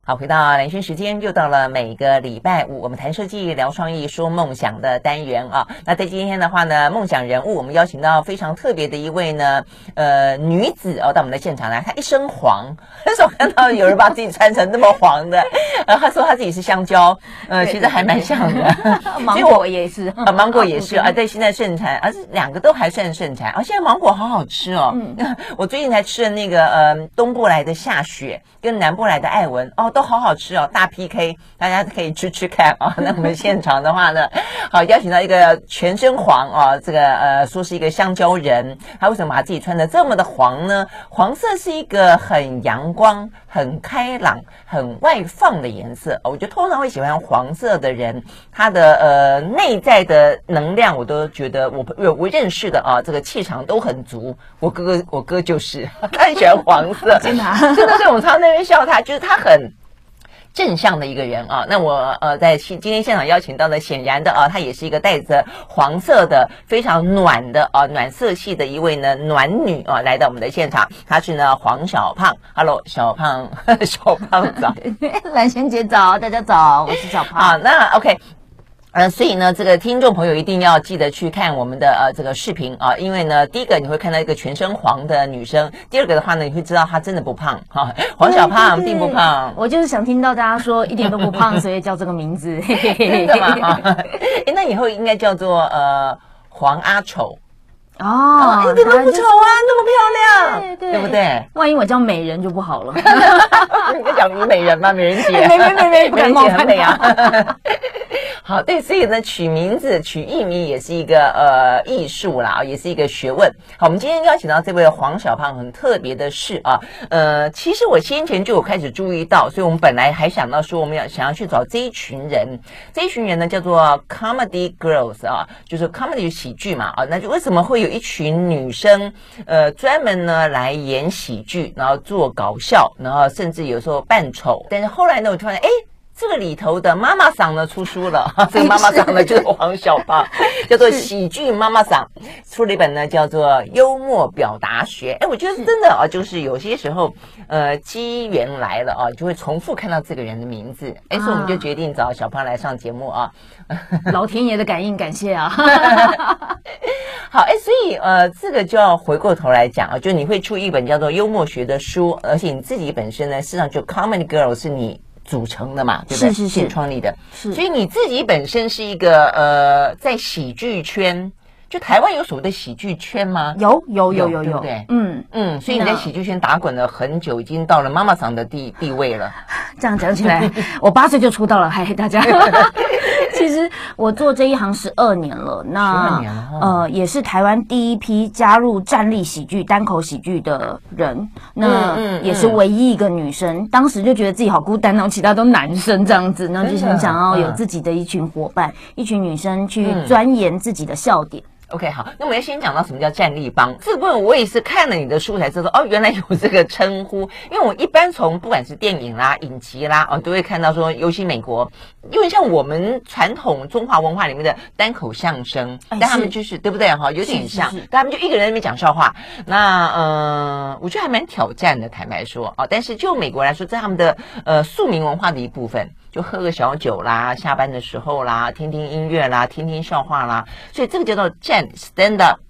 好，回到蓝轩时间，又到了每个礼拜五，我们谈设计、聊创意、说梦想的单元啊。那在今天的话呢，梦想人物我们邀请到非常特别的一位呢，女子哦，到我们的现场来。她一身黄，很少看到有人把自己穿成那么黄的。她说她自己是香蕉，其实还蛮像的。 芒果也是芒果也是啊，对，现在盛产，而且两个都还算盛产啊。现在芒果好好吃哦，我最近才吃了那个东部来的夏雪跟南部来的艾文哦。都好好吃哦，大 PK， 大家可以吃吃看啊。那我们现场的话呢，好邀请到一个全身黄啊，这个说是一个香蕉人，他为什么把自己穿得这么的黄呢？黄色是一个很阳光、很开朗、很外放的颜色。我觉得通常会喜欢黄色的人，他的内在的能量，我都觉得我认识的啊，这个气场都很足。我哥就是他很喜欢黄色，真的真的是我们常常在那边笑他，就是他很正向的一个人啊。那我在今天现场邀请到的，显然的啊，他也是一个带着黄色的非常暖的暖色系的一位呢暖女啊，来到我们的现场。她是呢黄小胖。 Hello 小胖小胖早。 蓝轩姐早，大家早，我是小胖。 好，那 OK。所以呢，这个听众朋友一定要记得去看我们的这个视频啊，因为呢，第一个你会看到一个全身黄的女生，第二个的话呢，你会知道她真的不胖哈，黄小胖并不胖。 我就是想听到大家说一点都不胖，所以叫这个名字。 真的吗？那以后应该叫做黄阿丑。 哦， 一点都不丑啊，那么漂亮，对不对？ 万一我叫美人就不好了。 你在讲虞美人吗？美人姐， 没，不敢冒犯很美啊。好，对，所以呢，取名字、取艺名也是一个艺术啦，也是一个学问。好，我们今天邀请到这位黄小胖，很特别的是啊，其实我先前就有开始注意到，所以我们本来还想到说，我们想要去找这一群人，这一群人呢叫做 Comedy Girls 啊，就是 Comedy 喜剧嘛啊，那就为什么会有一群女生专门呢来演喜剧，然后做搞笑，然后甚至有时候扮丑，但是后来呢，我突然这个里头的妈妈桑呢出书了，这个妈妈桑呢就是黄小胖，叫做喜剧妈妈桑，出了一本呢叫做《幽默表达学》。我觉得真的啊，就是有些时候机缘来了啊，就会重复看到这个人的名字，所以我们就决定找小胖来上节目啊。 老天爷的感应，感谢啊。 好，所以这个就要回过头来讲啊，就你会出一本叫做幽默学的书，而且你自己本身呢，事实上就 Comedy Girl 是你组成的嘛，对不对？ 是新创立的， 是。 所以你自己本身是一个在喜剧圈，就台湾有所谓的喜剧圈吗？ 有， 对不对？所以你在喜剧圈打滚了很久，已经到了妈妈桑的地位了。 这样讲起来，我8岁就出道了，嗨，大家。其实我做这一行12年了，那也是台湾第一批加入站立喜剧、单口喜剧的人，那也是唯一一个女生。当时就觉得自己好孤单，然后其他都男生这样子，然后就很想要有自己的一群伙伴，一群女生去钻研自己的笑点。 OK， 好，那我们要先讲到什么叫战力帮。这个部分我也是看了你的书才知道，原来有这个称呼。因为我一般从不管是电影啦、影集啦，都会看到说，尤其美国，因为像我们传统中华文化里面的单口相声，但他们就是对不对哈，有点像，但他们就一个人在那边讲笑话。那我觉得还蛮挑战的，坦白说但是就美国来说，这是他们的宿民文化的一部分。就喝个小酒啦，下班的时候啦，听听音乐啦，听听笑话啦，所以这个叫做stand up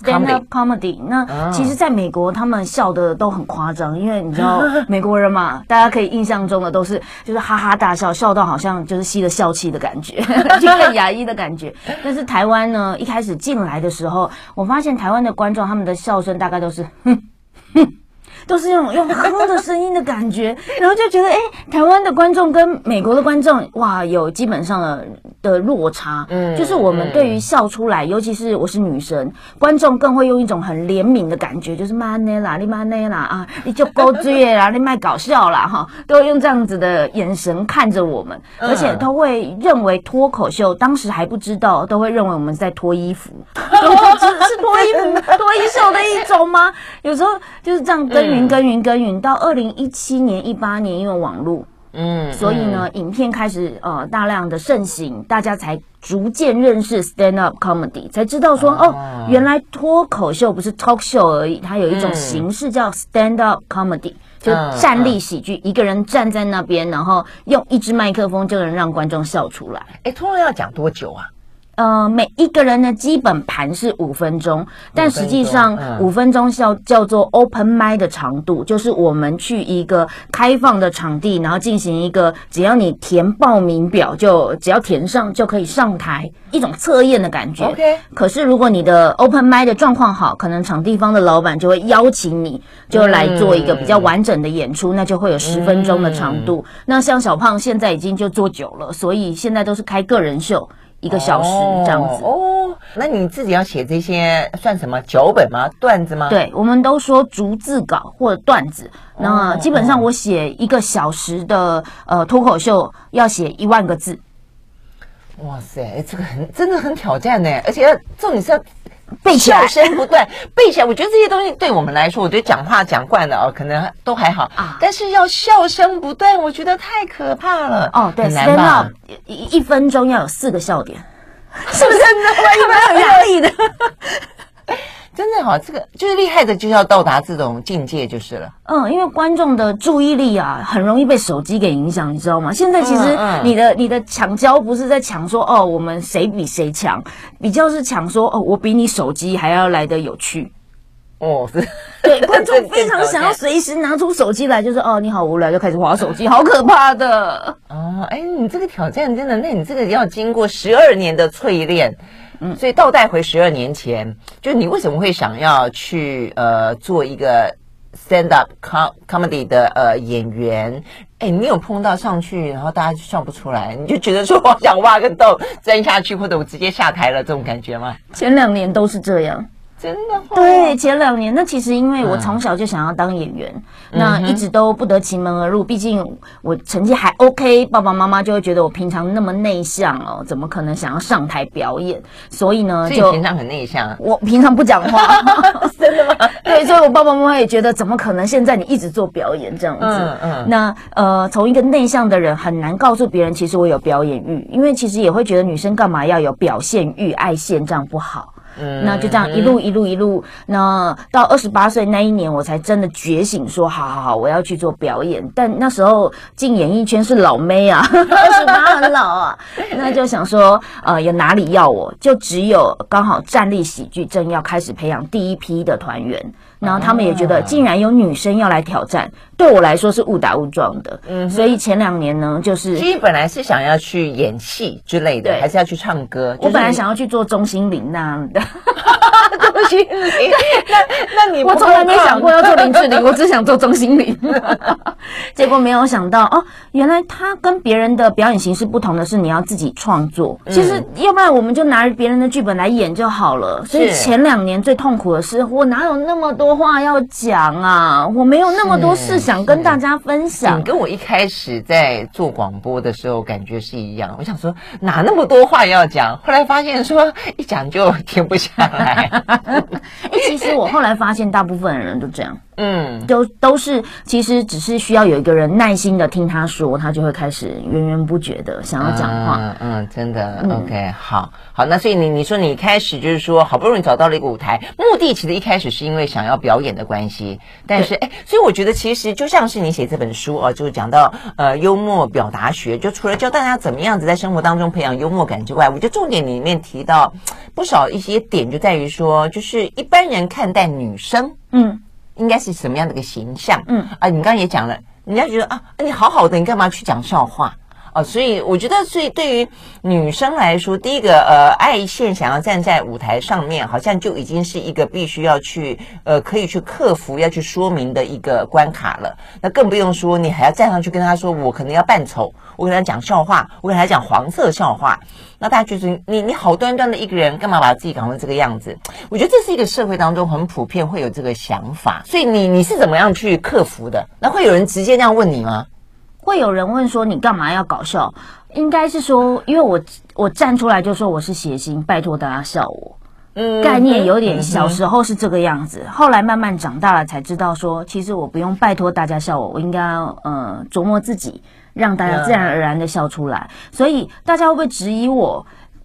comedy。 那其实在美国他们笑的都很夸张，因为你知道美国人嘛，大家可以印象中的都是就是哈哈大笑，笑到好像就是吸了笑气的感觉，就很牙医的感觉。但是台湾呢，一开始进来的时候，我发现台湾的观众他们的笑声大概都是都是用哼的声音的感觉，然后就觉得台湾的观众跟美国的观众哇有基本上的落差，就是我们对于笑出来，尤其是我是女生，观众更会用一种很怜悯的感觉，就是妈呢啦，你妈呢啦啊，你就勾追啦，你卖搞笑啦哈，都会用这样子的眼神看着我们，而且都会认为脱口秀，当时还不知道，都会认为我们在脱衣服，是脱衣服脱衣秀的一种吗？有时候就是这样耕耘到2017年、18年，因为网络，所以呢，影片开始大量的盛行，大家才逐渐认识 stand up comedy， 才知道说原来脱口秀不是 talk show 而已，它有一种形式叫 stand up comedy。 就站立喜剧，一个人站在那边，然后用一支麦克风就能让观众笑出来。 通常要讲多久啊？ 每一个人的基本盘是5分钟，但实际上5分钟叫做 open mic 的长度，就是我们去一个开放的场地，然后进行一个只要你填报名表，就只要填上就可以上台，一种测验的感觉。 OK。 可是如果你的 open mic 的状况好，可能场地方的老板就会邀请你，就来做一个比较完整的演出，那就会有10分钟的长度。那像小胖现在已经就做久了，所以现在都是开个人秀。1个小时这样子那你自己要写这些算什么脚本吗？段子吗？ 对，我们都说逐字稿或者段子。那基本上我写1个小时的脱口秀要写1万个字。 哇塞，这个真的很挑战呢，而且重点是要背起来， 笑声不断背起来。我觉得这些东西对我们来说，我觉得讲话讲惯了可能都还好但是要笑声不断，我觉得太可怕了。 对， 很难吧 ？1分钟要有4个笑点， 是不是真的？ 蛮有压力的。 真的这个就是厉害的，就是要到达这种境界就是了。 因为观众的注意力很容易被手机给影响，你知道吗？现在其实你的抢焦不是在抢说我们谁比谁强，比较是抢说我比你手机还要来得有趣。对，观众非常想要随时拿出手机来，就是你好无聊就开始滑手机，好可怕的。 你这个挑战真的，那你这个要经过12年的淬炼。所以倒带回12年前，就你为什么会想要去做一个 stand up comedy 的演员？你有碰到上去然后大家就笑不出来，你就觉得说我想挖个洞钻下去，或者我直接下台了这种感觉吗？ 前2年都是这样。 真的对，前2年那其实因为我从小就想要当演员，那一直都不得其门而入。毕竟我成绩还 OK， 爸爸妈妈就会觉得我平常那么内向怎么可能想要上台表演？所以呢， 就平常很内向， 我平常不讲话，真的吗？对，所以我爸爸妈妈也觉得怎么可能？现在你一直做表演这样子，那从一个内向的人很难告诉别人，其实我有表演欲，因为其实也会觉得女生干嘛要有表现欲、爱现，这样不好。那就这样一路，那到28岁那一年，我才真的觉醒，说好，我要去做表演。但那时候进演艺圈是老妹啊，28很老啊，那就想说，有哪里要我？就只有刚好站立喜剧正要开始培养第一批的团员，然后他们也觉得，竟然有女生要来挑战，对我来说是误打误撞的。所以前2年呢，就是其实本来是想要去演戏之类的，还是要去唱歌？ 我本来想要去做钟欣凌那样的。 钟欣凌，那你我从来没想过要做林志玲，我只想做钟欣凌。结果没有想到原来他跟别人的表演形式不同的是，你要自己创作。其实要不然我们就拿别人的剧本来演就好了。所以前2年最痛苦的是，我哪有那么多话要讲啊？我没有那么多事想跟大家分享。 你跟我一开始在做广播的时候感觉是一样，我想说哪那么多话要讲，后来发现说一讲就停不下来。 其实我后来发现大部分的人都这样，都是其实只是需要有一个人耐心的听他说，他就会开始源源不绝的想要讲话。 真的 OK， 好，那所以你说你开始就是说好不容易找到了一个舞台，目的其实一开始是因为想要表演的关系，但是所以我觉得其实就像是你写这本书就是讲到幽默表达学，就除了教大家怎么样子在生活当中培养幽默感之外，我觉得重点里面提到不少一些点，就在于说就是一般人看待女生应该是什么样的一个形象你刚刚也讲了，人家觉得你好好的，你干嘛去讲笑话所以我觉得，所以对于女生来说，第一个爱现想要站在舞台上面，好像就已经是一个必须要去可以去克服、要去说明的一个关卡了。那更不用说你还要站上去跟他说，我可能要扮丑，我跟他讲笑话，我跟他讲黄色笑话。那大家觉得你好端端的一个人，干嘛把自己搞成这个样子？我觉得这是一个社会当中很普遍会有这个想法。所以你是怎么样去克服的？那会有人直接这样问你吗？ 会有人问说你干嘛要搞笑？应该是说，因为我站出来就说我是谐星，拜托大家笑我。概念有点小时候是这个样子，后来慢慢长大了才知道说，其实我不用拜托大家笑我，我应该琢磨自己，让大家自然而然的笑出来。所以大家会不会质疑我？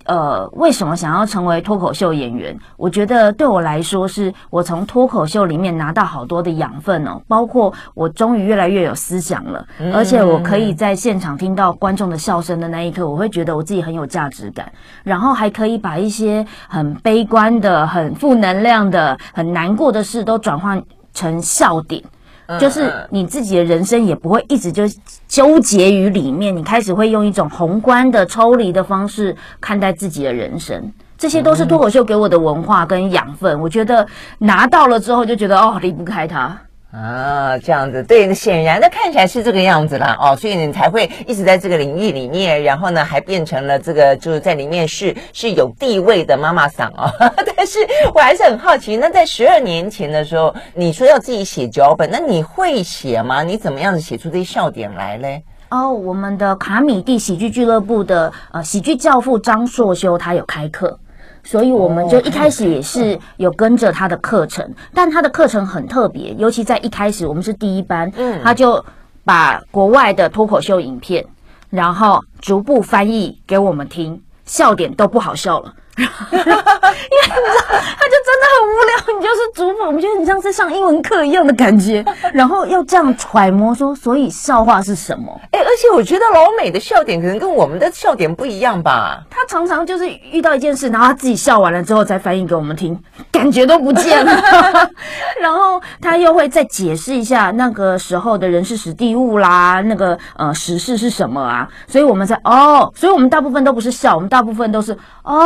为什么想要成为脱口秀演员？我觉得对我来说，是我从脱口秀里面拿到好多的养分哦，包括我终于越来越有思想了，而且我可以在现场听到观众的笑声的那一刻，我会觉得我自己很有价值感，然后还可以把一些很悲观的、很负能量的、很难过的事都转换成笑点。就是你自己的人生也不会一直就纠结于里面，你开始会用一种宏观的抽离的方式看待自己的人生，这些都是脱口秀给我的文化跟养分。我觉得拿到了之后就觉得离不开它。 这样子，对，显然的看起来是这个样子啦，所以你才会一直在这个领域里面，然后呢，还变成了这个就是在里面是有地位的妈妈桑但是我还是很好奇，那在12年前的时候，你说要自己写脚本，那你会写吗？你怎么样子写出这些笑点来嘞？ 我们的卡米蒂喜剧俱乐部的喜剧教父张硕修他有开课。所以我们就一开始也是有跟着他的课程，但他的课程很特别，尤其在一开始我们是第一班，他就把国外的脱口秀影片，然后逐步翻译给我们听，笑点都不好笑了。因为你知道，他就真的很无聊，你就是逐步，我们觉得你像是上英文课一样的感觉，然后要这样揣摩说，所以笑话是什么？ 而且我觉得老美的笑点可能跟我们的笑点不一样吧。 他常常就是遇到一件事，然后他自己笑完了之后再翻译给我们听，感觉都不见了。然后他又会再解释一下那个时候的人事时地物啦，那个时事是什么啊？所以我们所以我们大部分都不是笑，我们大部分都是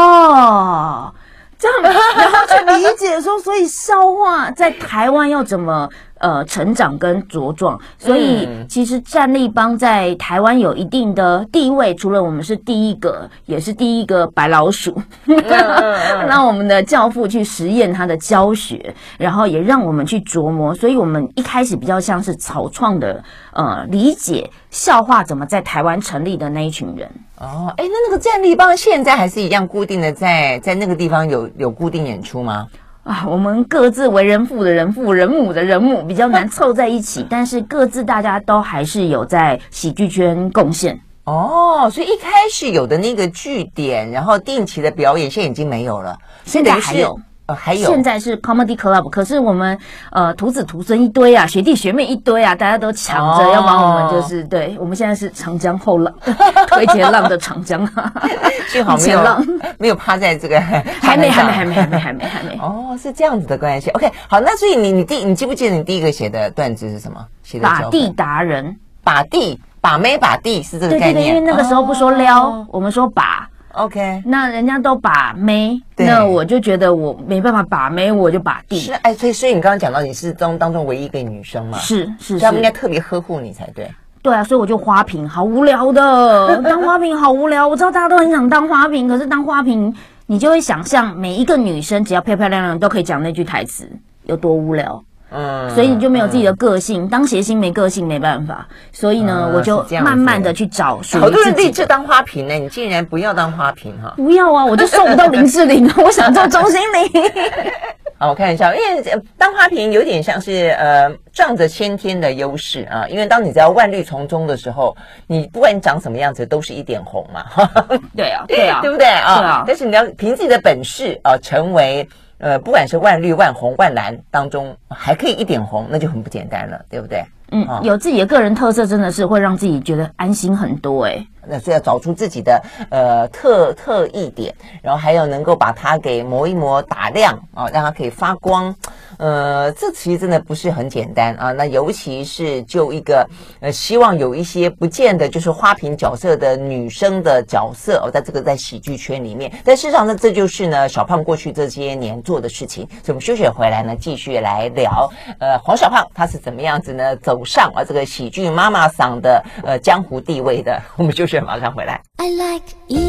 这样，然后去理解说，所以笑话在台湾要怎么成长跟茁壮，所以其实战立帮在台湾有一定的地位，除了我们是第一个，也是第一个白老鼠，让我们的教父去实验他的教学，然后也让我们去琢磨，所以我们一开始比较像是草创的理解笑话怎么在台湾成立的那一群人。 那个战立帮现在还是一样固定的在那个地方有固定演出吗？ 我们各自为人父的人父，人母的人母，比较难凑在一起，但是各自大家都还是有在喜剧圈贡献。 所以一开始有的那个据点，然后定期的表演，现在已经没有了， 现在还有。 还有现在是 Comedy Club， 可是我们徒子徒孙一堆啊，学弟学妹一堆啊，大家都抢着要帮我们，就是对，我们现在是长江后浪，推前浪的长江， 幸好没有趴在这个还没。 是这样子的关系。OK， 好，那所以你记不记得你第一个写的段子是什么？写的把地达人， 把妹把地是这个概念。 对，因为那个时候不说撩，我们说把。 OK， 那人家都把妹，那我就觉得我没办法把妹，我就把地。 是，所以你刚刚讲到你是当中唯一一个女生嘛？ 是， 他们应该特别呵护你才对。 对啊，所以我就花瓶，好无聊的，当花瓶好无聊。我知道大家都很想当花瓶，可是当花瓶，你就会想象每一个女生只要漂漂亮亮都可以讲那句台词，有多无聊。所以你就没有自己的个性，当谐星没个性没办法，所以呢，我就慢慢的去找属于自己的。 好多人立志当花瓶呢，你竟然不要当花瓶哈？ 不要啊，我就受不到林志玲，我想做钟欣凌。 好，我看一下，因为当花瓶有点像是仗着先天的优势啊，因为当你只要万绿丛中的时候，你不管你长什么样子，都是一点红嘛。 对啊， 对不对啊？对啊。但是你要凭自己的本事成为。不管是万绿、万红、万蓝当中，还可以一点红，那就很不简单了，对不对？ 有自己的个人特色，真的是会让自己觉得安心很多。 那所以要找出自己的特异点，然后还有能够把它给磨一磨、打亮让它可以发光。这其实真的不是很简单啊。那尤其是就一个希望有一些不见得就是花瓶角色的女生的角色在喜剧圈里面，但事实上呢，这就是呢小胖过去这些年做的事情。所以我们休息回来呢，继续来聊黄小胖他是怎么样子呢走上这个喜剧妈妈桑的江湖地位的。我们休息马上回来。I like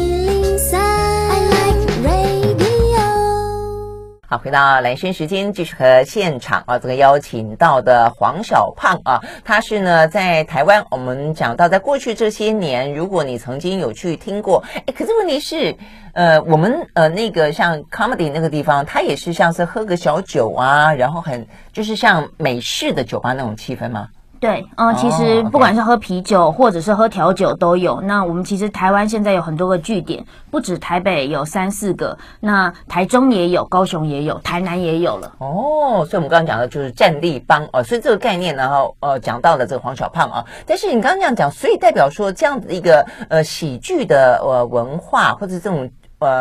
103, I like radio。 好，回到蓝轩时间，继续和现场这个邀请到的黄小胖他是呢在台湾，我们讲到在过去这些年，如果你曾经有去听过，可是问题是我们那个像 comedy 那个地方，它也是像是喝个小酒然后很就是像美式的酒吧那种气氛吗？ 对，其实不管是喝啤酒或者是喝调酒都有。那我们其实台湾现在有很多个据点，不止台北有3、4个，那台中也有，高雄也有，台南也有了。 所以我们刚刚讲的就是战力帮所以这个概念呢，讲到了这个黄小胖啊。但是你刚刚这样讲，所以代表说这样子一个喜剧的文化，或者这种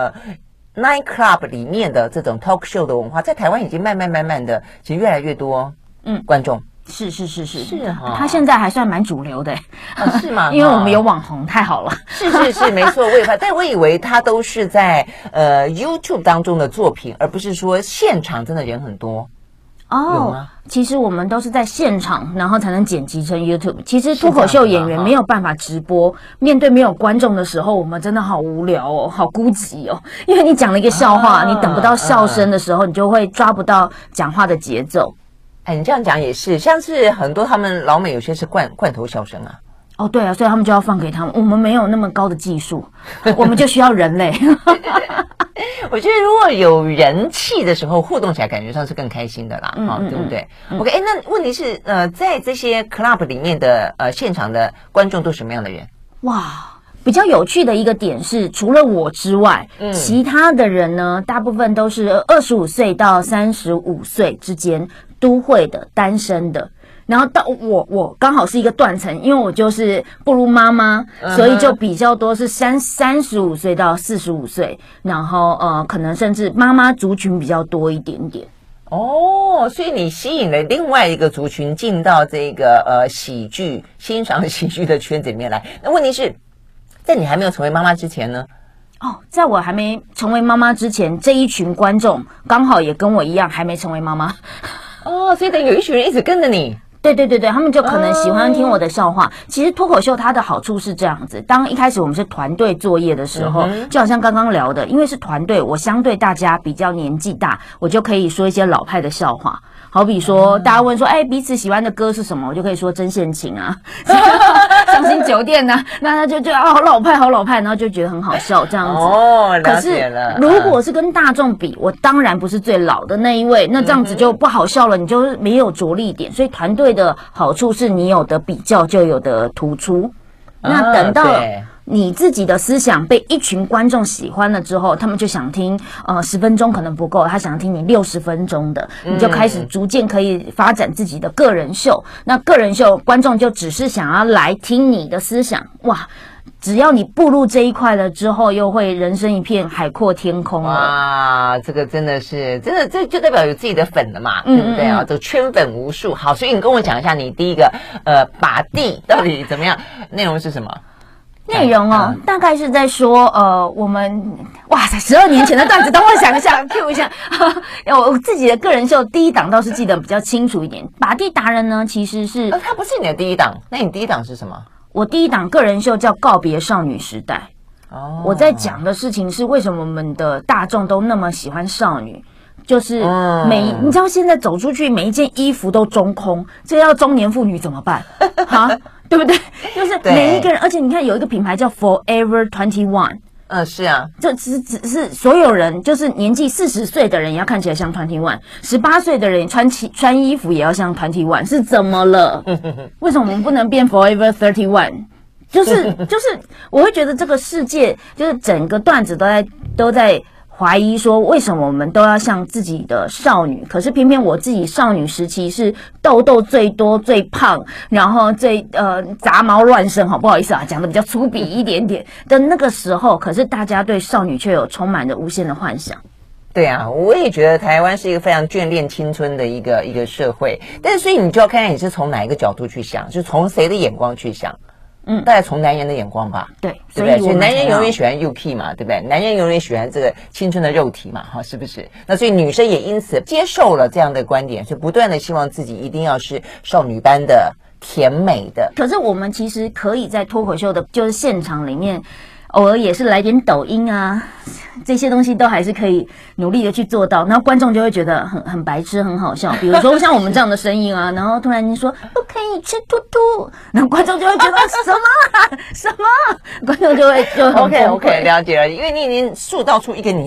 night club 里面的这种 talk show 的文化，在台湾已经慢慢的，其实越来越多观众。 是，他现在还算蛮主流的是吗？ 因为我们有网红，太好了。 是，没错，我也但我以为他都是在YouTube 当中的作品，而不是说现场真的人很多。有吗？ 其实我们都是在现场，然后才能剪辑成 YouTube。其实脱口秀演员没有办法直播，面对没有观众的时候，我们真的好无聊哦，好孤寂哦。因为你讲了一个笑话，你等不到笑声的时候，你就会抓不到讲话的节奏。 你这样讲也是，像是很多他们老美有些是罐头笑声啊。 对啊，所以他们就要放给他们。我们没有那么高的技术，我们就需要人类。 我觉得如果有人气的时候，互动起来感觉上是更开心的啦，对不对？OK，那问题是在这些 club 里面的现场的观众都什么样的人？ 哇！比较有趣的一个点是，除了我之外，其他的人呢，大部分都是25岁到35岁之间，都会的、单身的。然后到我刚好是一个断层，因为我就是步入妈妈，所以就比较多是35岁到45岁，然后可能甚至妈妈族群比较多一点点。 所以你吸引了另外一个族群进到这个欣赏喜剧的圈子里面来。那问题是，在你还没有成为妈妈之前呢？ 在我还没成为妈妈之前，这一群观众刚好也跟我一样还没成为妈妈。 所以等于有一群人一直跟着你。 对，他们就可能喜欢听我的笑话。其实脱口秀它的好处是这样子，当一开始我们是团队作业的时候，就好像刚刚聊的，因为是团队，我相对大家比较年纪大，我就可以说一些老派的笑话。好比说大家问说彼此喜欢的歌是什么，我就可以说真性情啊，伤心酒店啊，那他就觉得好老派，然后就觉得很好笑这样子。 了解了。 可是如果是跟大众比，我当然不是最老的那一位，那这样子就不好笑了，你就没有着力点。所以团队的好处是你有的比较就有的突出。那等到你自己的思想被一群观众喜欢了之后，他们就想听10分钟可能不够，他想听你60分钟的，你就开始逐渐可以发展自己的个人秀。那个人秀观众就只是想要来听你的思想，哇！只要你步入这一块了之后，又会人生一片海阔天空了。 哇，这个真的是，真的这就代表有自己的粉了嘛，对不对啊？这个圈粉无数。好，所以你跟我讲一下，你第一个把地到底怎么样？内容是什么？ 内容大概是在说我们哇塞，12年前的段子，等我想一下 ，Q 一下。我自己的个人秀第一档倒是记得比较清楚一点。把地达人呢，其实是它不是你的第一档，那你第一档是什么？ 我第一档个人秀叫《告别少女时代》。我在讲的事情是为什么我们的大众都那么喜欢少女。就是你知道现在走出去每一件衣服都中空，这要中年妇女怎么办？对不对？就是每一个人，而且你看有一个品牌叫 Forever 21。 是啊， 就只是所有人，就是年纪40岁的人也要看起来像21，18岁的人穿衣服也要像21，是怎么了？为什么我们不能变 Forever 31？就是我会觉得这个世界就是整个段子都在怀疑说为什么我们都要像自己的少女，可是偏偏我自己少女时期是痘痘最多最胖，然后最杂毛乱生，好不好意思啊，讲的比较粗鄙一点点的那个时候，可是大家对少女却有充满着无限的幻想。 对啊，我也觉得台湾是一个非常眷恋青春的一个社会，但是所以你就要看看你是从哪一个角度去想，就是从谁的眼光去想。大概从男人的眼光吧， 对不对？所以男人永远喜欢 UK 嘛，对不对？男人永远喜欢这个青春的肉体嘛，是不是？那所以女生也因此接受了这样的观点，所以不断的希望自己一定要是少女般的甜美的。 可是我们其实可以在脱口秀的就是现场里面，偶尔也是来点抖音啊，这些东西都还是可以努力的去做到，然后观众就会觉得很白痴，很好笑。比如说像我们这样的声音啊，然后突然间说不可以吃兔兔，然后观众就会觉得什么，观众就很 OK 了解了，因为你已经塑造出一个你的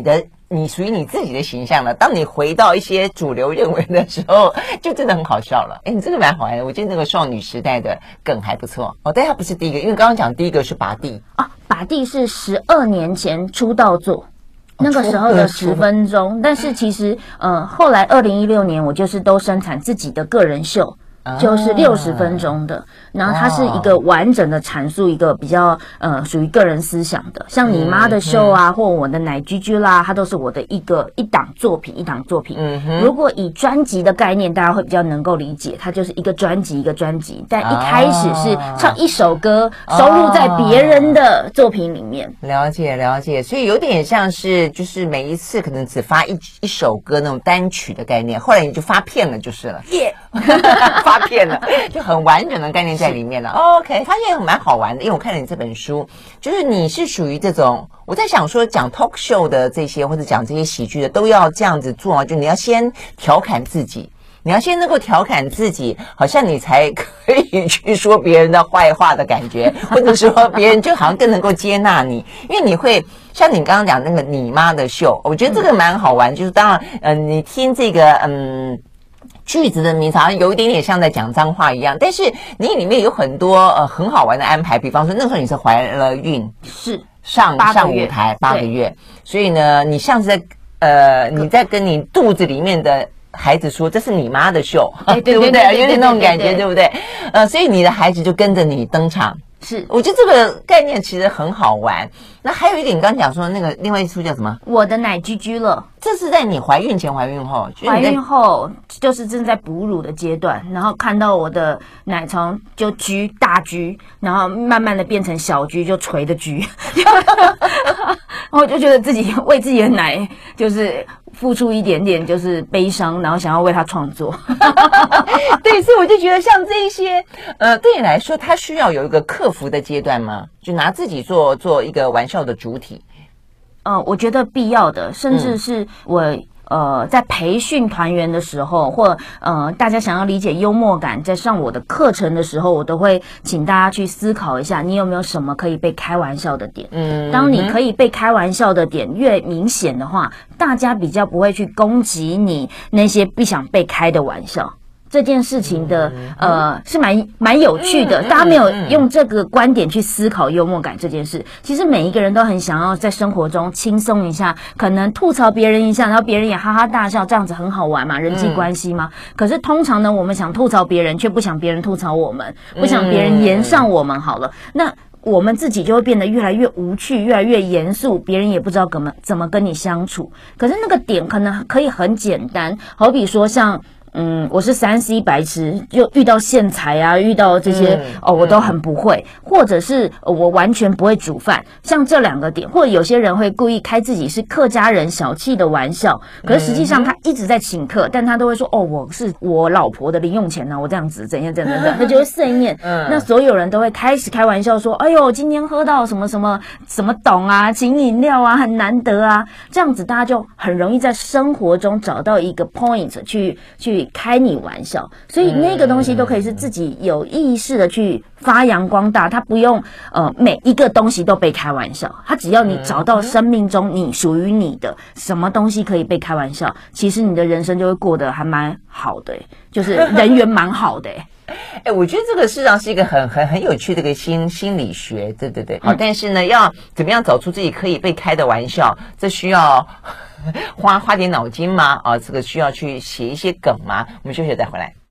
你属于你自己的形象了。当你回到一些主流认为的时候，就真的很好笑了。哎，你这个蛮好玩的，我觉得那个少女时代的梗还不错哦。但它不是第一个，因为刚刚讲第一个是拔地啊，拔地是12年前出道作。那个时候的10分钟，但是其实后来2016年我就是都生产自己的个人秀，就是60分钟的，然后它是一个完整的阐述一个比较属于个人思想的，像你妈的秀啊，或我的奶居居啦，它都是我的一档作品。如果以专辑的概念，大家会比较能够理解，它就是一个专辑，但一开始是唱一首歌，收录在别人的作品里面。 了解，所以有点像是就是每一次可能只发一首歌那种单曲的概念，后来你就发片了就是了。发片了，就很完整的概念在里面了。OK， 发现蛮好玩的，因为我看了你这本书，就是你是属于这种，我在想说讲 talk show 的这些或者讲这些喜剧的都要这样子做啊，就你要先调侃自己，你要先能够调侃自己，好像你才可以去说别人的坏话的感觉，或者说别人就好像更能够接纳你，因为你会像你刚刚讲那个你妈的秀，我觉得这个蛮好玩，就是当然你听这个句子的名字好像有一点点像在讲脏话一样，但是你里面有很多很好玩的安排，比方说那时候你是怀了孕， 是上舞台8个月，所以呢你像是在你在跟你肚子里面的孩子说这是你妈的秀，对不对？有点那种感觉，对不对？所以你的孩子就跟着你登场。 是， 我觉得这个概念其实很好玩。那还有一点，你刚刚讲说那个另外一出叫什么？ 我的奶居居了。 这是在你怀孕前、怀孕后？ 怀孕后就是正在哺乳的阶段，然后看到我的奶从就大居，然后慢慢的变成小居，就垂的居，然后我就觉得自己为自己的奶就是付出一点点就是悲伤，然后想要为他创作。 对，所以我就觉得像这一些对你来说它需要有一个克服的阶段吗？就拿自己做一个玩笑的主体。 我觉得必要的，甚至是我在培训团员的时候，或大家想要理解幽默感，在上我的课程的时候，我都会请大家去思考一下，你有没有什么可以被开玩笑的点？当你可以被开玩笑的点越明显的话，大家比较不会去攻击你那些不想被开的玩笑。这件事情的是蛮有趣的，大家没有用这个观点去思考幽默感这件事。其实每一个人都很想要在生活中轻松一下，可能吐槽别人一下，然后别人也哈哈大笑，这样子很好玩嘛，人际关系嘛。可是通常呢，我们想吐槽别人，却不想别人吐槽我们，不想别人言上我们好了，那我们自己就会变得越来越无趣，越来越严肃，别人也不知道怎么跟你相处。可是那个点可能可以很简单，好比说像我是3C 白痴，就遇到线材啊，遇到这些我都很不会，或者是我完全不会煮饭，像这2个点，或者有些人会故意开自己是客家人小气的玩笑，可是实际上他一直在请客，但他都会说我是我老婆的零用钱呢，我这样子怎样，他就会碎念。那所有人都会开始开玩笑说，哎呦，今天喝到什么什么什么懂啊，请饮料啊，很难得啊，这样子大家就很容易在生活中找到一个 point 去开你玩笑，所以那个东西都可以是自己有意识的去发扬光大，它不用每一个东西都被开玩笑，它只要你找到生命中你属于你的什么东西可以被开玩笑，其实你的人生就会过得还蛮好的，就是人缘蛮好的。 我觉得这个事实上是一个很有趣的一个心理学，对。好，但是呢，要怎么样找出自己可以被开的玩笑，这需要花点脑筋吗？这个需要去写一些梗吗？我们休息再回来。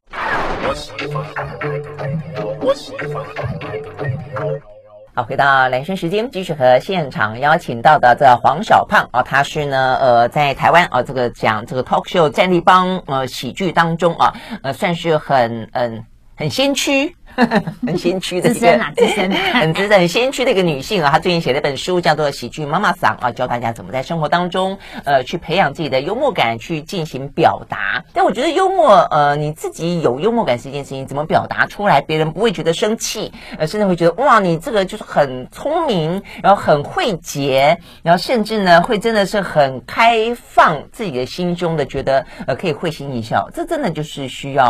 好，回到蓝轩时间，继续和现场邀请到的这黄小胖他是呢在台湾这个讲这个 talk show 战立邦喜剧当中算是很先驱。很先驱的一个资深很先驱的一个女性她最近写了一本书叫做《喜剧妈妈桑》教大家怎么在生活当中去培养自己的幽默感，去进行表达。但我觉得幽默你自己有幽默感是一件事情，怎么表达出来别人不会觉得生气，甚至会觉得哇你这个就是很聪明，然后很会解，然后甚至呢会真的是很开放自己的心胸的，觉得可以会心一笑。这真的就是需要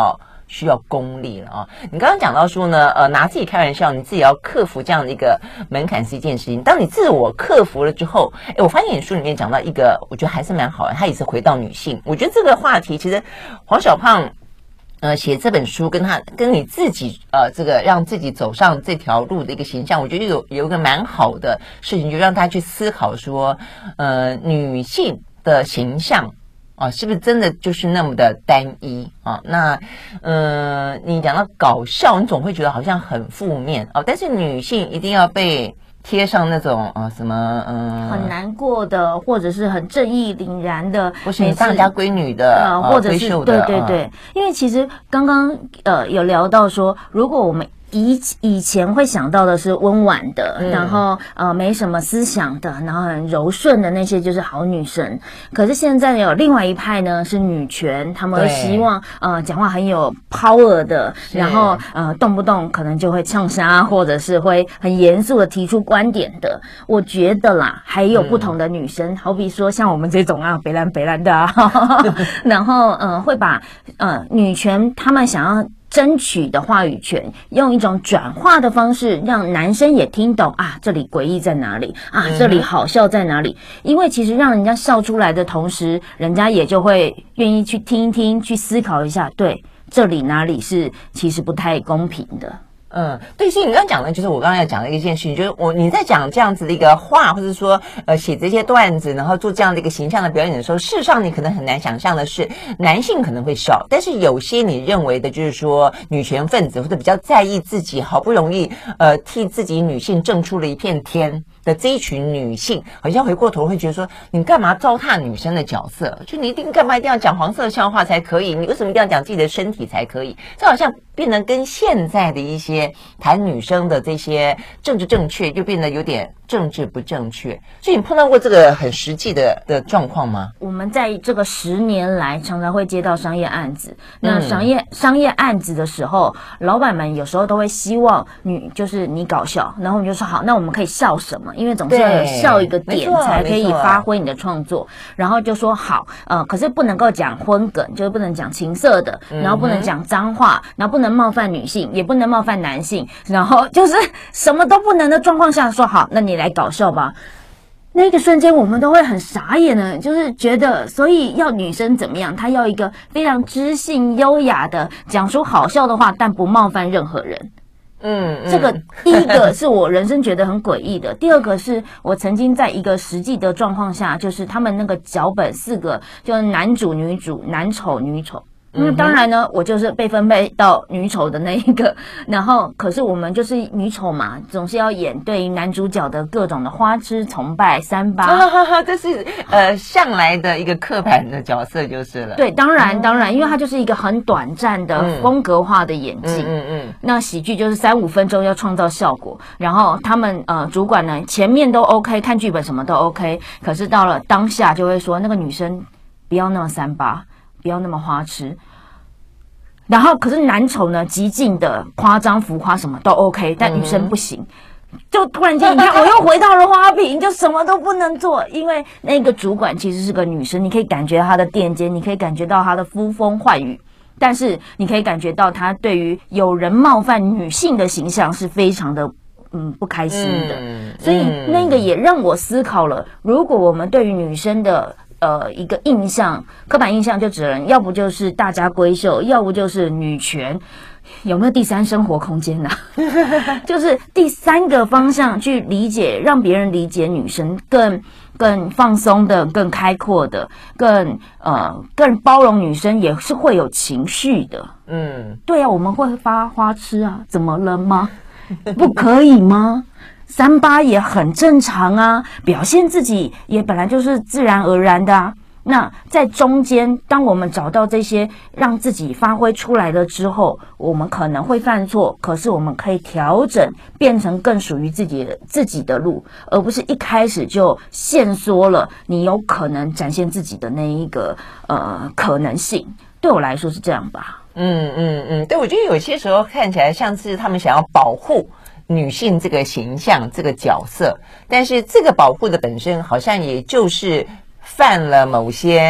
需要功力了啊。你刚刚讲到说呢，拿自己开玩笑，你自己要克服这样的一个门槛是一件事情。当你自我克服了之后，我发现你书里面讲到一个，我觉得还是蛮好的，他也是回到女性。我觉得这个话题其实黄小胖写这本书跟你自己这个让自己走上这条路的一个形象，我觉得有一个蛮好的事情，就让大家去思考说，女性的形象是不是真的就是那么的单一啊？那你讲到搞笑，你总会觉得好像很负面但是女性一定要被贴上那种什么很难过的，或者是很正义凛然的， 或是你当家闺女的， 或者是对，因为其实刚刚有聊到说，如果我们以前会想到的是温婉的，然后没什么思想的，然后很柔顺的那些就是好女生。可是现在有另外一派呢，是女权，他们会希望讲话很有 power 的，然后动不动可能就会呛杀，或者是会很严肃的提出观点的。我觉得啦，还有不同的女生，好比说像我们这种北蓝的然后会把女权他们想要争取的话语权，用一种转化的方式，让男生也听懂这里诡异在哪里这里好笑在哪里。因为其实让人家笑出来的同时，人家也就会愿意去听一听，去思考一下，对，这里哪里是其实不太公平的。 对，所以你刚刚讲的就是我刚才要讲的一件事情，就是你在讲这样子的一个话，或者说写这些段子，然后做这样的一个形象的表演的时候，事实上你可能很难想象的是，男性可能会笑，但是有些你认为的就是说女权分子或者比较在意自己好不容易替自己女性挣出了一片天的这一群女性，好像回过头会觉得说，你干嘛糟蹋女生的角色？就你干嘛一定要讲黄色笑话才可以？你为什么一定要讲自己的身体才可以？这好像变得跟现在的一些谈女生的这些政治正确，就变得有点政治不正确。所以你碰到过这个很实际的状况吗？ 我们在这个10年来常常会接到商业案子，那商业案子的时候，老板们有时候都会希望就是你搞笑，然后我们就说好，那我们可以笑什么？因为总是要有笑一个点才可以发挥你的创作，然后就说好，可是不能够讲荤梗，就是不能讲情色的，然后不能讲脏话，然后不能冒犯女性，也不能冒犯男性，然后就是什么都不能的状况下说好，那你来搞笑吧。那个瞬间我们都会很傻眼呢，就是觉得，所以要女生怎么样？她要一个非常知性优雅的讲出好笑的话，但不冒犯任何人。这个第一个是我人生觉得很诡异的，第二个是我曾经在一个实际的状况下，就是他们那个脚本4个，就是男主、女主、男丑、女丑。当然呢，我就是被分配到女丑的那一个，然后可是我们就是女丑嘛，总是要演对于男主角的各种的花痴、崇拜、三八， 这是向来的一个刻板的角色就是了。 对，当然，因为它就是一个很短暂的风格化的演技。那喜剧就是3-5分钟要创造效果，然后他们主管呢前面都 OK， 看剧本什么都 OK， 可是到了当下就会说那个女生不要那么三八。不要那么花痴，然后可是男丑呢极尽的夸张浮夸什么都 OK， 但女生不行，就突然间你看我又回到了花瓶，就什么都不能做，因为那个主管其实是个女生，你可以感觉她的垫肩，你可以感觉到她的呼风唤雨，但是你可以感觉到她对于有人冒犯女性的形象是非常的不开心的，所以那个也让我思考了，如果我们对于女生的一个印象，刻板印象就只能要不就是大家闺秀，要不就是女权，有没有第三生活空间呢？就是第3个方向去理解，让别人理解女生更放松的、更开阔的、更包容女生，也是会有情绪的。对啊，我们会发花痴啊，怎么了吗？不可以吗？38也很正常啊，表现自己也本来就是自然而然的啊。那在中间，当我们找到这些让自己发挥出来了之后，我们可能会犯错，可是我们可以调整，变成更属于自己的路，而不是一开始就限缩了你有可能展现自己的那一个可能性。对我来说是这样吧。 对，我觉得有些时候看起来像是他们想要保护女性这个形象这个角色，但是这个保护的本身好像也就是犯了某些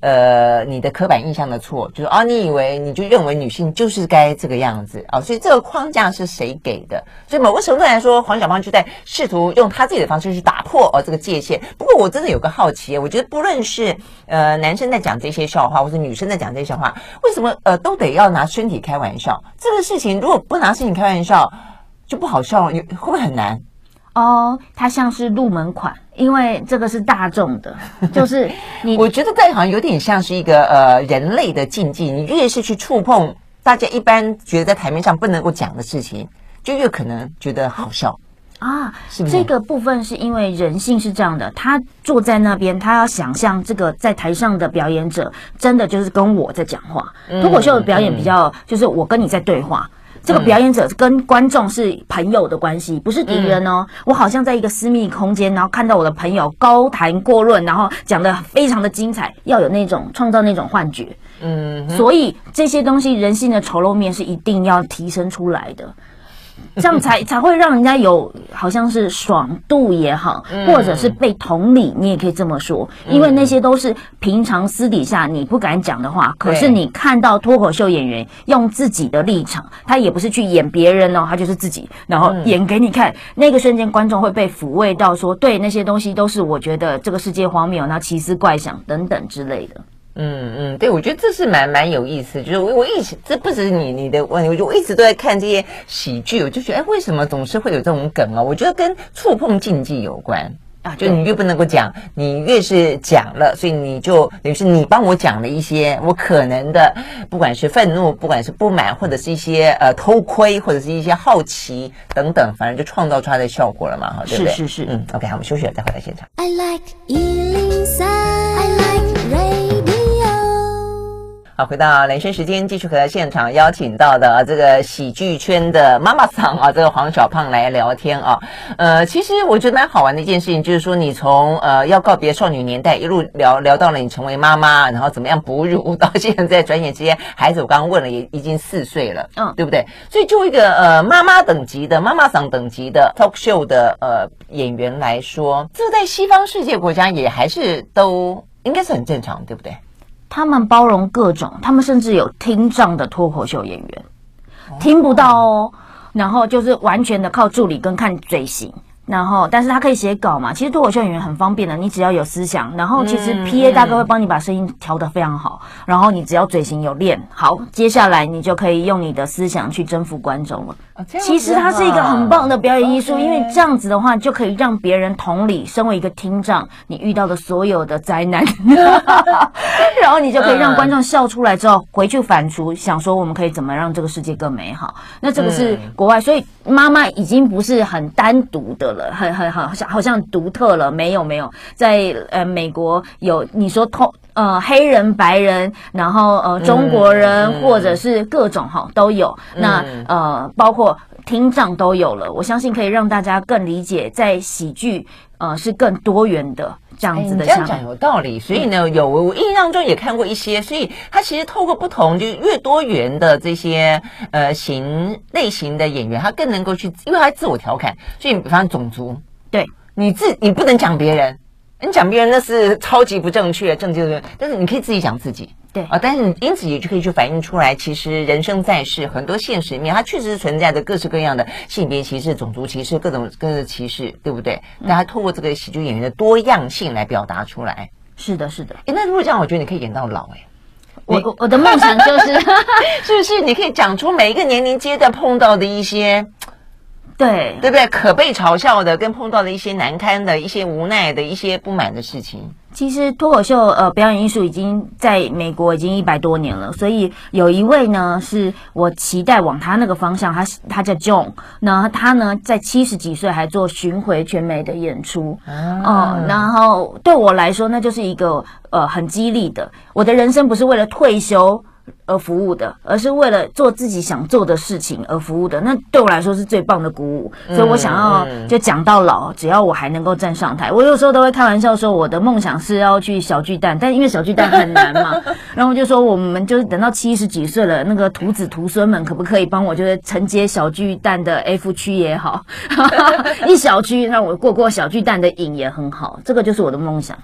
你的刻板印象的错，就是你以为你就认为女性就是该这个样子所以这个框架是谁给的？所以某个程度来说，黄小胖就在试图用他自己的方式去打破这个界限。不过我真的有个好奇，我觉得不论是男生在讲这些笑话，或是女生在讲这些笑话，为什么都得要拿身体开玩笑？这个事情如果不拿身体开玩笑，就不好笑，会不会很难？ 它像是入门款，因为这个是大众的，就是我觉得这好像有点像是一个人类的禁忌，你越是去触碰大家一般觉得在台面上不能够讲的事情，就越可能觉得好笑是不是？ 这个部分是因为人性是这样的，他坐在那边，他要想象这个在台上的表演者真的就是跟我在讲话。脱口秀的表演比较就是我跟你在对话。这个表演者跟观众是朋友的关系，不是敌人我好像在一个私密空间，然后看到我的朋友高谈阔论，然后讲得非常的精彩，要有那种创造那种幻觉。所以这些东西人性的丑陋面是一定要提升出来的。这样才会让人家有好像是爽度也好，或者是被同理，你也可以这么说，因为那些都是平常私底下你不敢讲的话，可是你看到脱口秀演员用自己的立场，他也不是去演别人他就是自己，然后演给你看，那个瞬间观众会被抚慰到说，对，那些东西都是我觉得这个世界荒谬，然后奇思怪想等等之类的。 对，我觉得这是蛮有意思，就是我一直这不只是你的问题，我一直都在看这些喜剧，我就觉得为什么总是会有这种梗我觉得跟触碰禁忌有关就你越不能够讲，你越是讲了，所以你就等于是你帮我讲了一些我可能的，不管是愤怒，不管是不满，或者是一些偷窥，或者是一些好奇等等，反正就创造出它的效果了嘛，对不对？ 是。 OK， 好，我们休息了再回来现场。 I like 103, I like radio。 好，回到连线时间，继续和现场邀请到的这个喜剧圈的妈妈桑这个黄小胖来聊天其实我觉得蛮好玩的一件事情，就是说你从要告别少女年代一路聊到了你成为妈妈，然后怎么样哺乳，到现在转眼之间孩子我刚刚问了也已经4岁了，对不对？所以就一个妈妈等级的妈妈桑等级的 talk show 的演员来说，这在西方世界国家也还是都应该是很正常，对不对？ 他们包容各种，他们甚至有听障的脱口秀演员，听不到然后就是完全的靠助理跟看嘴型，然后但是他可以写稿嘛，其实脱口秀演员很方便的，你只要有思想，然后其实 PA 大哥会帮你把声音调得非常好，然后你只要嘴型有练好，接下来你就可以用你的思想去征服观众了。其实它是一个很棒的表演艺术，因为这样子的话就可以让别人同理身为一个听障你遇到的所有的灾难然后你就可以让观众笑出来之后回去反刍，想说我们可以怎么让这个世界更美好。那这个是国外，所以妈妈已经不是很单独的了，好像独特了。没有在美国有你说黑人白人，然后中国人或者是各种都有，那包括听障都有了，我相信可以让大家更理解在喜剧是更多元的这样子的。 你这样讲有道理，所以呢我印象中也看过一些，所以他其实透过不同就越多元的这些类型的演员，他更能够去，因为他自我调侃，所以比方种族， 对你不能讲别人，你讲别人那是超级不正确，正确的，但是你可以自己讲自己。 对但是你因此也就可以去反映出来，其实人生在世，很多现实面它确实是存在着各式各样的性别歧视、种族歧视、各种歧视，对不对？但他透过这个喜剧演员的多样性来表达出来。 是的那如果这样，我觉得你可以演到老我的梦想就是是不是你可以讲出每一个年龄阶段碰到的一些对不对？可被嘲笑的，跟碰到的一些难堪的、一些无奈的、一些不满的事情。 其实脱口秀表演艺术已经在美国已经100多年了，所以有一位呢是我期待往他那个方向，他叫 John， 那他呢在70几岁还做巡回全美的演出然后对我来说那就是一个很激励的，我的人生不是为了退休而服务的，而是为了做自己想做的事情而服务的，那对我来说是最棒的鼓舞。所以我想要就讲到老，只要我还能够站上台。我有时候都会开玩笑说我的梦想是要去小巨蛋，但因为小巨蛋很难嘛然后我就说我们就是等到70几岁了，那个徒子徒孙们可不可以帮我就是承接小巨蛋的 F 区也好一小区让我过小巨蛋的瘾也很好，这个就是我的梦想。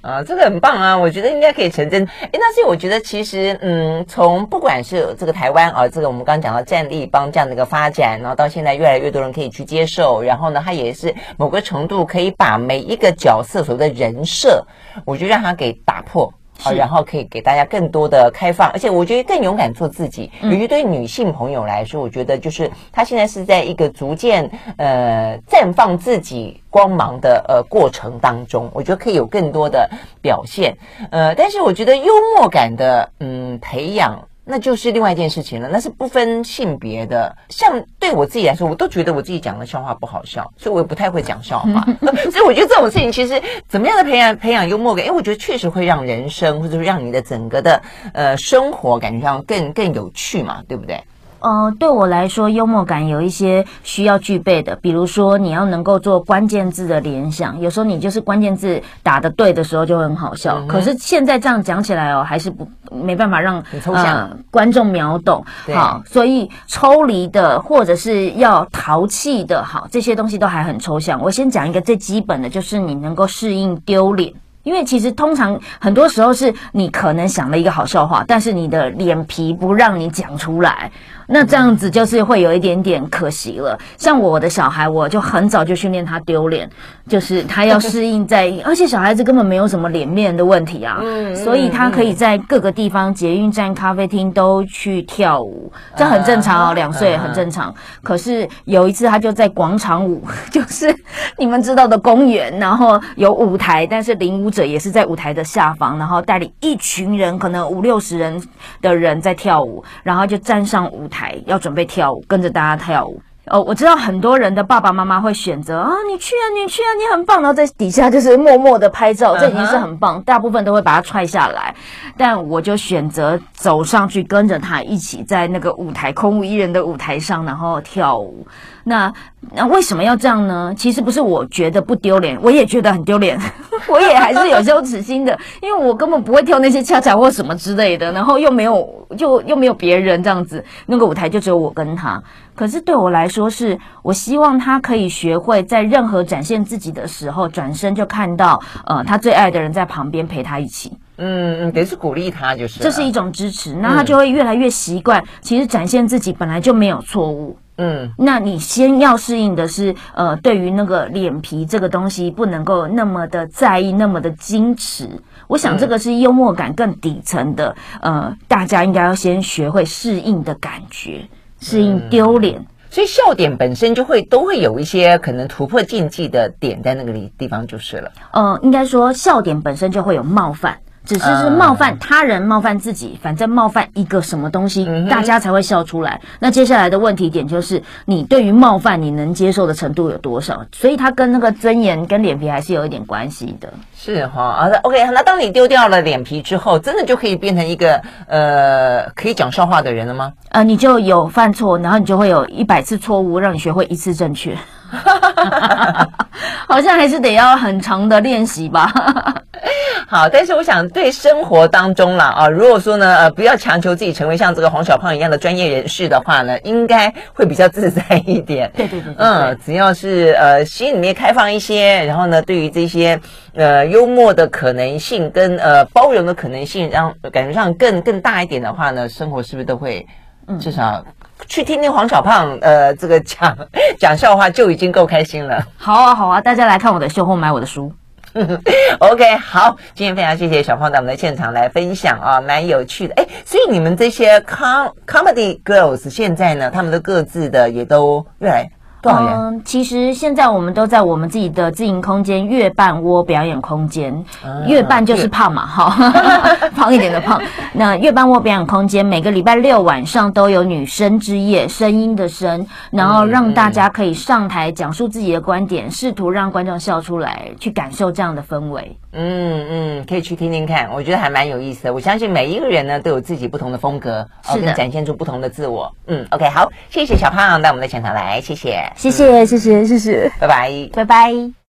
这个很棒啊，我觉得应该可以成真。那所以我觉得其实从不管是这个台湾这个我们刚刚讲到战力帮这样的一个发展，然后到现在越来越多人可以去接受，然后呢它也是某个程度可以把每一个角色所谓的人设，我就让它给打破。然后可以给大家更多的开放，而且我觉得更勇敢做自己。尤其对女性朋友来说，我觉得就是她现在是在一个逐渐绽放自己光芒的过程当中，我觉得可以有更多的表现。但是我觉得幽默感的培养。那就是另外一件事情了，那是不分性别的。像对我自己来说，我都觉得我自己讲的笑话不好笑，所以我也不太会讲笑话。所以我觉得这种事情其实怎么样的培养幽默感，因为我觉得确实会让人生或者是让你的整个的生活感觉上更有趣嘛，对不对？ 对我来说，幽默感有一些需要具备的，比如说你要能够做关键字的联想，有时候你就是关键字打得对的时候就会很好笑，可是现在这样讲起来还是没办法让观众秒懂。好，所以抽离的或者是要淘气的，好，这些东西都还很抽象。我先讲一个最基本的，就是你能够适应丢脸。因为其实通常很多时候是你可能想了一个好笑话，但是你的脸皮不让你讲出来，那这样子就是会有一点点可惜了。像我的小孩，我就很早就训练他丢脸，就是他要适应在，而且小孩子根本没有什么脸面的问题啊，所以他可以在各个地方，捷运站、咖啡厅都去跳舞，这很正常2岁很正常。可是有一次他就在广场舞，就是你们知道的公园，然后有舞台，但是领舞者也是在舞台的下方，然后带领一群人，可能50-60人的人在跳舞，然后就站上舞台要准备跳舞，跟着大家跳舞。我知道很多人的爸爸妈妈会选择你去啊，你很棒，然后在底下就是默默的拍照，这已经是很棒，大部分都会把他踹下来，但我就选择走上去跟着他一起在那个舞台空无一人的舞台上，然后跳舞。那为什么要这样呢？其实不是我觉得不丢脸，我也觉得很丢脸，我也还是有羞耻心的，因为我根本不会跳那些恰恰或什么之类的，然后又没有别人这样子，那个舞台就只有我跟他。可是对我来说是，我希望他可以学会在任何展现自己的时候，转身就看到他最爱的人在旁边陪他一起。 得是鼓励他就是了， 这是一种支持，那他就会越来越习惯，其实展现自己本来就没有错误。那你先要适应的是，对于那个脸皮这个东西不能够那么的在意，那么的矜持。我想这个是幽默感更底层的，大家应该要先学会适应的感觉，适应丢脸。 所以笑点本身都会有一些可能突破禁忌的点在那个地方就是了。 应该说笑点本身就会有冒犯。只是冒犯他人，冒犯自己，反正冒犯一个什么东西，大家才会笑出来。那接下来的问题点就是，你对于冒犯你能接受的程度有多少？所以它跟那个尊严跟脸皮还是有一点关系的。 是哈，OK， 那当你丢掉了脸皮之后，真的就可以变成一个可以讲笑话的人了吗？ 你就有犯错，然后你就会有100次错误，让你学会1次正确。好像还是得要很长的练习吧。 好，但是我想对生活当中啦如果说呢不要强求自己成为像这个黄小胖一样的专业人士的话呢，应该会比较自在一点。 对， 只要是心里面开放一些，然后呢对于这些幽默的可能性跟包容的可能性，让感觉上更大一点的话呢，生活是不是都会至少去听听黄小胖这个讲笑话就已经够开心了。 好啊，大家来看我的秀或买我的书。 OK， 好，今天非常谢谢小胖到我们的现场来分享蛮有趣的。所以你们这些 comedy girls 现在呢，他们的各自的也都越来多少人？ 其实现在我们都在我们自己的自营空间月半窝表演空间，月半就是胖嘛，胖一点的胖。那月半窝表演空间每个礼拜6晚上都有女生之夜，声音的声，然后让大家可以上台讲述自己的观点，试图让观众笑出来，去感受这样的氛围。 可以去听听看，我觉得还蛮有意思的。我相信每一个人呢都有自己不同的风格，跟展现出不同的自我。OK， 好，谢谢小胖到我们的现场来，谢谢， 拜拜。